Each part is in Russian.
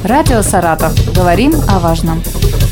Радио «Саратов». Говорим о важном.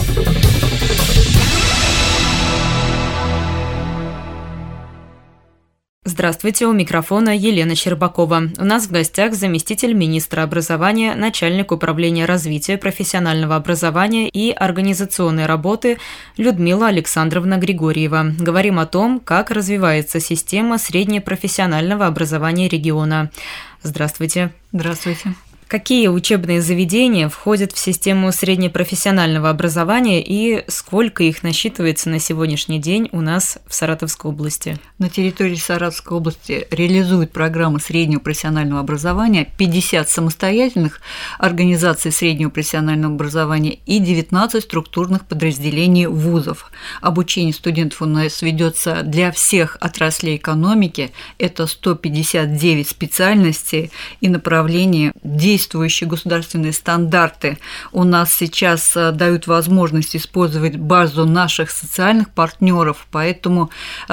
Здравствуйте, у микрофона Елена Щербакова. У нас в гостях заместитель министра образования, начальник управления развития профессионального образования и организационной работы Людмила Александровна Григорьева. Говорим о том, как развивается система среднепрофессионального образования региона. Здравствуйте. Здравствуйте. Какие учебные заведения входят в систему среднепрофессионального образования и сколько их насчитывается на сегодняшний день у нас в Саратовской области? На территории Саратовской области реализуют программы среднего профессионального образования 50 самостоятельных организаций среднего профессионального образования и 19 структурных подразделений вузов. Обучение студентов у нас ведется для всех отраслей экономики. Это 159 специальностей и направлений. Действующие государственные стандарты у нас сейчас дают возможность использовать базу наших социальных партнеров, поэтому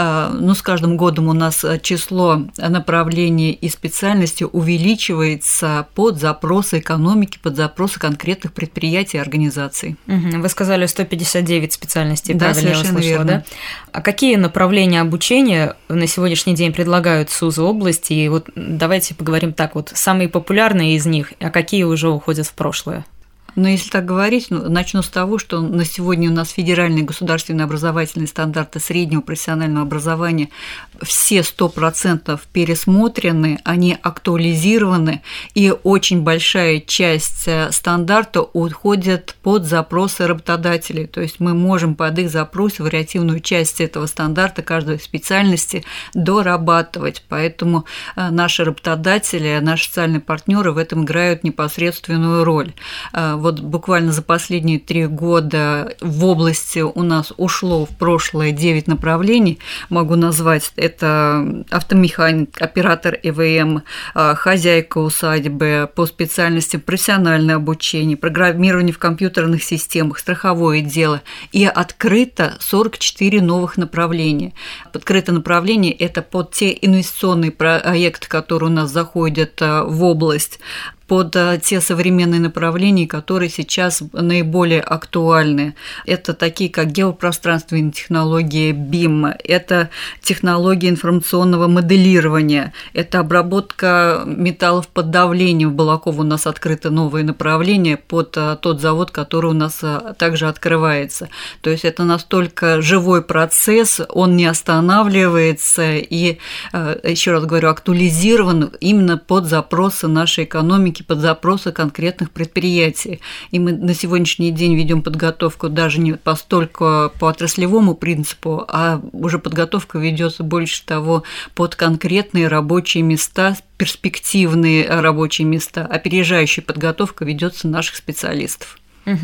с каждым годом у нас число направлений и специальностей увеличивается под запросы экономики, под запросы конкретных предприятий и организаций. Вы сказали 159 специальностей, да, правильно я услышала, верно. Да? А какие направления обучения на сегодняшний день предлагают СУЗы области? И вот давайте поговорим так вот, самые популярные из них, а какие уже уходят в прошлое? Но если так говорить, начну с того, что на сегодня у нас федеральные государственные образовательные стандарты среднего профессионального образования все 100% пересмотрены, они актуализированы, и очень большая часть стандарта уходит под запросы работодателей. То есть мы можем под их запрос вариативную часть этого стандарта каждой специальности дорабатывать. Поэтому наши работодатели, наши социальные партнеры в этом играют непосредственную роль. Вот буквально за последние 3 года в области у нас ушло в прошлое 9 направлений. Могу назвать: это автомеханик, оператор ЭВМ, хозяйка усадьбы, по специальности профессиональное обучение, программирование в компьютерных системах, страховое дело. И открыто 44 новых направления. Открытое направление – это под те инвестиционные проекты, которые у нас заходят в область, под те современные направления, которые сейчас наиболее актуальны. Это такие, как геопространственные технологии BIM, это технологии информационного моделирования, это обработка металлов под давлением. В Балаково у нас открыто новое направление под тот завод, который у нас также открывается. То есть это настолько живой процесс, он не останавливается и, еще раз говорю, актуализирован именно под запросы нашей экономики, под запросы конкретных предприятий. И мы на сегодняшний день ведем подготовку даже не постольку по отраслевому принципу, а уже подготовка ведется больше того под конкретные рабочие места, перспективные рабочие места. Опережающая подготовка ведется наших специалистов.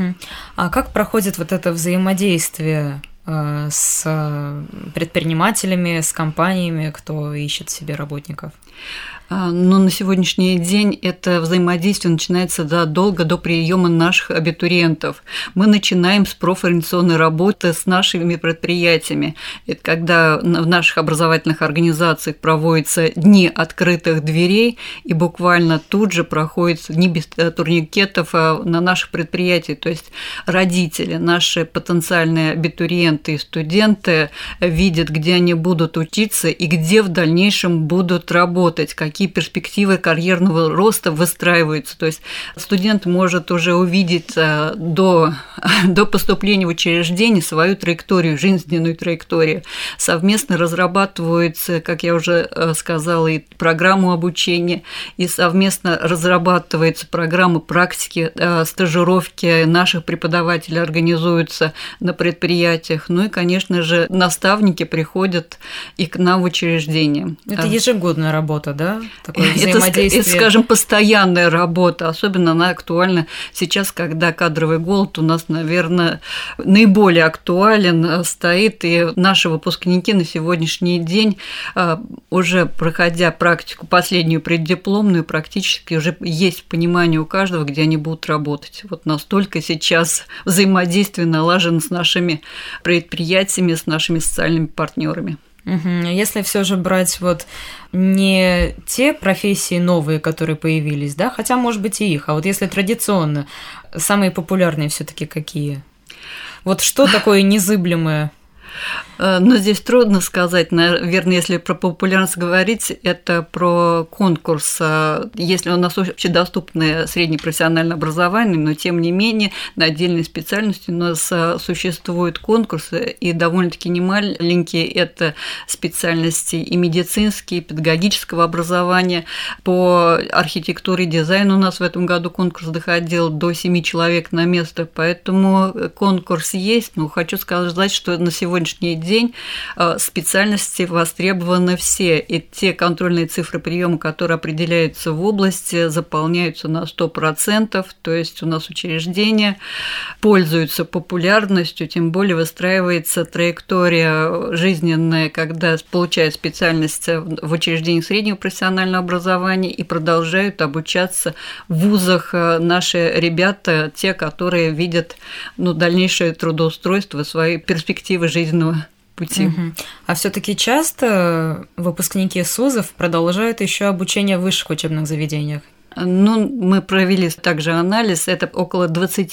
А как проходит вот это взаимодействие с предпринимателями, с компаниями, кто ищет себе работников? Но на сегодняшний день это взаимодействие начинается задолго до приема наших абитуриентов. Мы начинаем с профориентационной работы с нашими предприятиями. Это когда в наших образовательных организациях проводятся дни открытых дверей, и буквально тут же проходят дни без турникетов на наших предприятиях. То есть родители, наши потенциальные абитуриенты и студенты видят, где они будут учиться и где в дальнейшем будут работать, какие перспективы карьерного роста выстраиваются. То есть студент может уже увидеть до поступления в учреждение свою траекторию, жизненную траекторию. Совместно разрабатываются, как я уже сказала, и программу обучения, и совместно разрабатывается программа практики, стажировки наших преподавателей организуются на предприятиях. Ну и, конечно же, наставники приходят и к нам в учреждение. Это ежегодная работа, да? Такое взаимодействие. Это, скажем, постоянная работа. Особенно она актуальна сейчас, когда кадровый голод у нас, наверное, наиболее актуален стоит. И наши выпускники на сегодняшний день, уже проходя практику последнюю преддипломную, практически уже есть понимание у каждого, где они будут работать. Вот настолько сейчас взаимодействие налажено с нашими предприятиями, с нашими социальными партнерами. Если все же брать вот не те профессии новые, которые появились, да, хотя, может быть, и их, а вот если традиционно, самые популярные все-таки какие? Вот что такое незыблемое? Но здесь трудно сказать, наверное, если про популярность говорить, это про конкурс. Если у нас общедоступное среднепрофессиональное образование, но тем не менее на отдельной специальности у нас существуют конкурсы, и довольно-таки немаленькие это специальности и медицинские, и педагогического образования. По архитектуре и дизайну у нас в этом году конкурс доходил до 7 человек на место, поэтому конкурс есть, но хочу сказать, что на сегодняшний день специальности востребованы все, и те контрольные цифры приема, которые определяются в области, заполняются на 100%, то есть у нас учреждения пользуются популярностью, тем более выстраивается траектория жизненная, когда получают специальность в учреждениях среднего профессионального образования и продолжают обучаться в вузах наши ребята, те, которые видят дальнейшее трудоустройство, свои перспективы жизненного пути. А все-таки часто выпускники СУЗов продолжают еще обучение в высших учебных заведениях? Мы провели также анализ, это около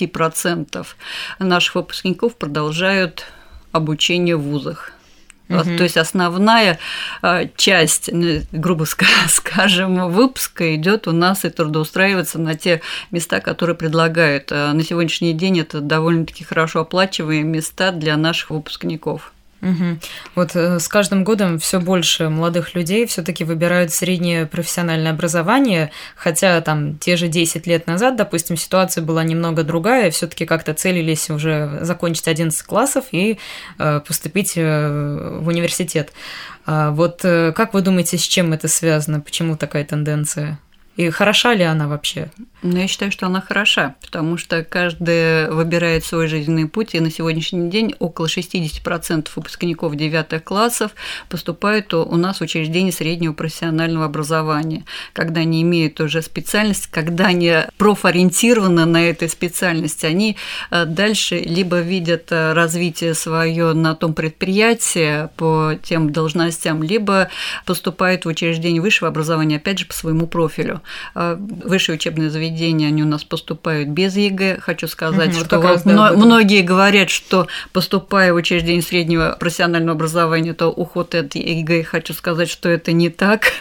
20% наших выпускников продолжают обучение в вузах. То есть основная часть, грубо скажем, выпуска идет у нас и трудоустраивается на те места, которые предлагают. На сегодняшний день это довольно-таки хорошо оплачиваемые места для наших выпускников. Вот с каждым годом все больше молодых людей все-таки выбирают среднее профессиональное образование, хотя там те же 10 лет назад, допустим, ситуация была немного другая, все-таки как-то целились уже закончить 11 классов и поступить в университет. Вот как вы думаете, с чем это связано, почему такая тенденция? И хороша ли она вообще? Я считаю, что она хороша, потому что каждый выбирает свой жизненный путь, и на сегодняшний день около 60% выпускников 9 классов поступают у нас в учреждения среднего профессионального образования, когда они имеют уже специальность, когда они профориентированы на этой специальности, они дальше либо видят развитие свое на том предприятии по тем должностям, либо поступают в учреждение высшего образования, опять же, по своему профилю. Высшие учебные заведения, они у нас поступают без ЕГЭ. Хочу сказать, что многие говорят, что поступая в учреждение среднего профессионального образования, то уход от ЕГЭ. Хочу сказать, что это не так,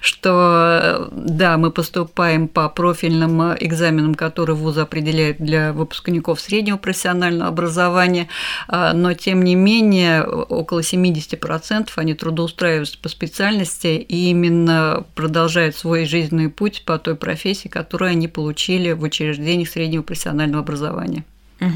что да, мы поступаем по профильным экзаменам, которые вузы определяют для выпускников среднего профессионального образования, но тем не менее около 70% они трудоустраиваются по специальности и именно продолжают свой жизненный путь по той профессии, которую они получили в учреждениях среднего профессионального образования.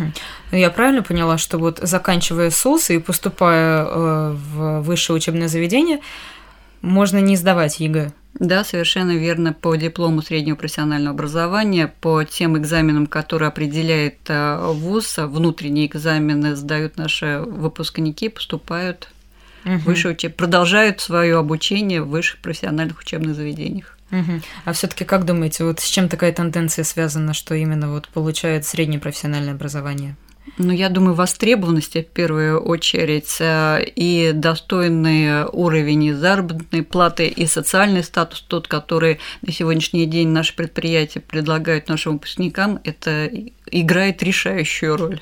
Я правильно поняла, что вот заканчивая СУЗ и поступая в высшее учебное заведение, можно не сдавать ЕГЭ? Да, совершенно верно. По диплому среднего профессионального образования, по тем экзаменам, которые определяет вуз, внутренние экзамены сдают наши выпускники, поступают продолжают свое обучение в высших профессиональных учебных заведениях. А все-таки как думаете, вот с чем такая тенденция связана, что именно вот получают среднее профессиональное образование? Я думаю, востребованности в первую очередь и достойный уровень заработной платы, и социальный статус, тот, который на сегодняшний день наши предприятия предлагают нашим выпускникам, это играет решающую роль.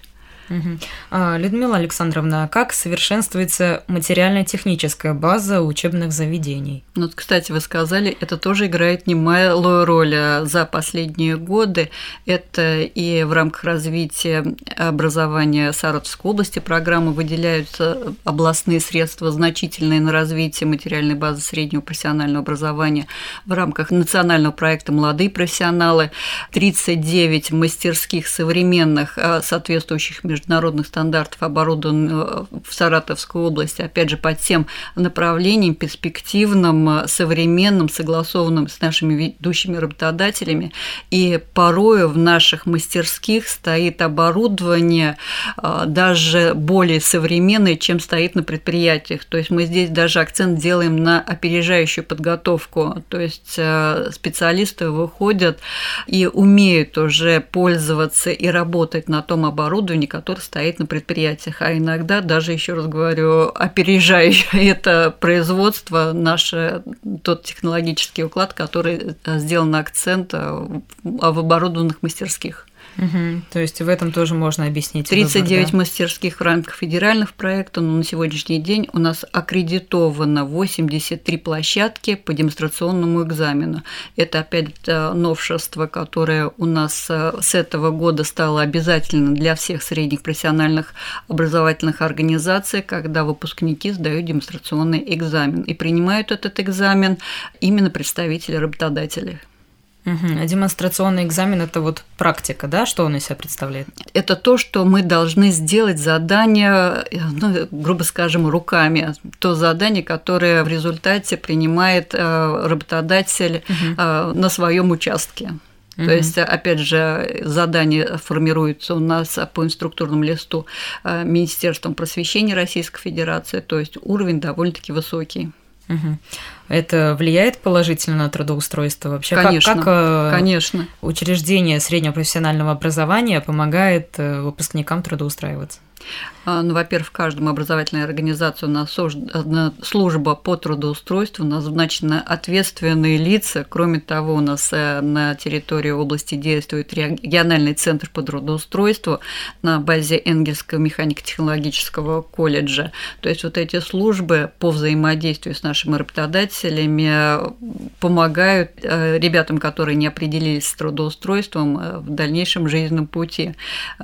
Людмила Александровна, как совершенствуется материально-техническая база учебных заведений? Кстати, вы сказали, это тоже играет немалую роль за последние годы. Это и в рамках развития образования Саратовской области программы выделяются областные средства значительные на развитие материальной базы среднего профессионального образования. В рамках национального проекта «Молодые профессионалы» 39 мастерских современных, соответствующих международных стандартов оборудован в Саратовской области, опять же, по тем направлениям перспективным, современным, согласованным с нашими ведущими работодателями. И порою в наших мастерских стоит оборудование даже более современное, чем стоит на предприятиях. То есть мы здесь даже акцент делаем на опережающую подготовку. То есть специалисты выходят и умеют уже пользоваться и работать на том оборудовании, которое который стоит на предприятиях, а иногда даже, еще раз говорю, опережая это производство, тот технологический уклад, который сделан акцент в оборудованных мастерских. То есть в этом тоже можно объяснить 39 выбор, да? мастерских в рамках федеральных проектов, но на сегодняшний день у нас аккредитовано 83 площадки по демонстрационному экзамену. Это опять новшество, которое у нас с этого года стало обязательно для всех средних профессиональных образовательных организаций, когда выпускники сдают демонстрационный экзамен. И принимают этот экзамен именно представители работодателей. А демонстрационный экзамен – это вот практика, да? Что он из себя представляет? Это то, что мы должны сделать задание, грубо скажем, руками. То задание, которое в результате принимает работодатель на своем участке. То есть, опять же, задание формируется у нас по инструктурному листу Министерством просвещения Российской Федерации, то есть уровень довольно-таки высокий. Это влияет положительно на трудоустройство вообще? Конечно, как конечно. Учреждение среднего профессионального образования помогает выпускникам трудоустраиваться? Во-первых, в каждом образовательной организации у нас создана служба по трудоустройству, назначены ответственные лица. Кроме того, у нас на территории области действует региональный центр по трудоустройству на базе Энгельсского механико-технологического колледжа. То есть вот эти службы по взаимодействию с нашими работодателями помогают ребятам, которые не определились с трудоустройством, в дальнейшем жизненном пути.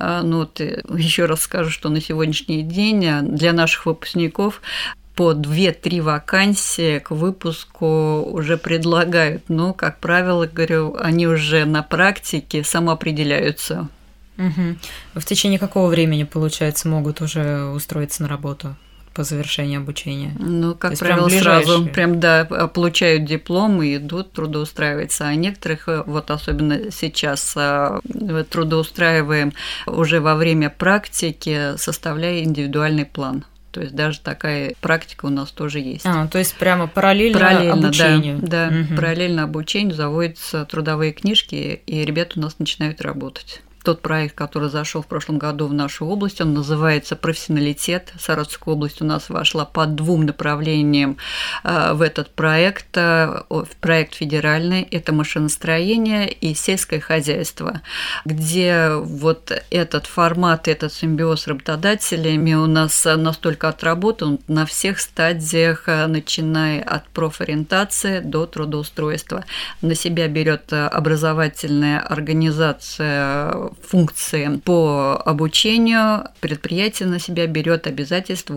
Еще раз скажу, что на сегодняшний день для наших выпускников по 2-3 вакансии к выпуску уже предлагают, но, как правило, говорю, они уже на практике самоопределяются. В течение какого времени, получается, могут уже устроиться на работу по завершении обучения? Как правило, сразу получают диплом и идут трудоустраиваться. А некоторых, вот особенно сейчас, трудоустраиваем уже во время практики, составляя индивидуальный план. То есть даже такая практика у нас тоже есть. То есть прямо параллельно обучению. Да, параллельно обучению заводятся трудовые книжки, и ребята у нас начинают работать. Тот проект, который зашел в прошлом году в нашу область, он называется «Профессионалитет». Саратовская область у нас вошла по 2 направлениям в этот проект. Проект федеральный – это машиностроение и сельское хозяйство, где вот этот формат, этот симбиоз с работодателями у нас настолько отработан на всех стадиях, начиная от профориентации до трудоустройства. На себя берет образовательная организация функции по обучению, предприятие на себя берет обязательство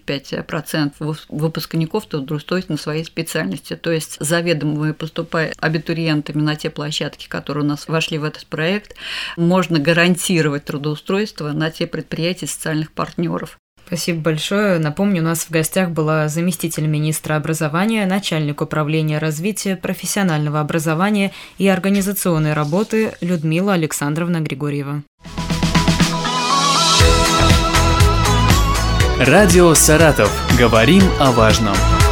85% выпускников трудоустроить на своей специальности. То есть заведомо поступая абитуриентами на те площадки, которые у нас вошли в этот проект, можно гарантировать трудоустройство на те предприятия социальных партнеров. Спасибо большое. Напомню, у нас в гостях была заместитель министра образования, начальник управления развития профессионального образования и организационной работы Людмила Александровна Григорьева. Радио «Саратов». Говорим о важном.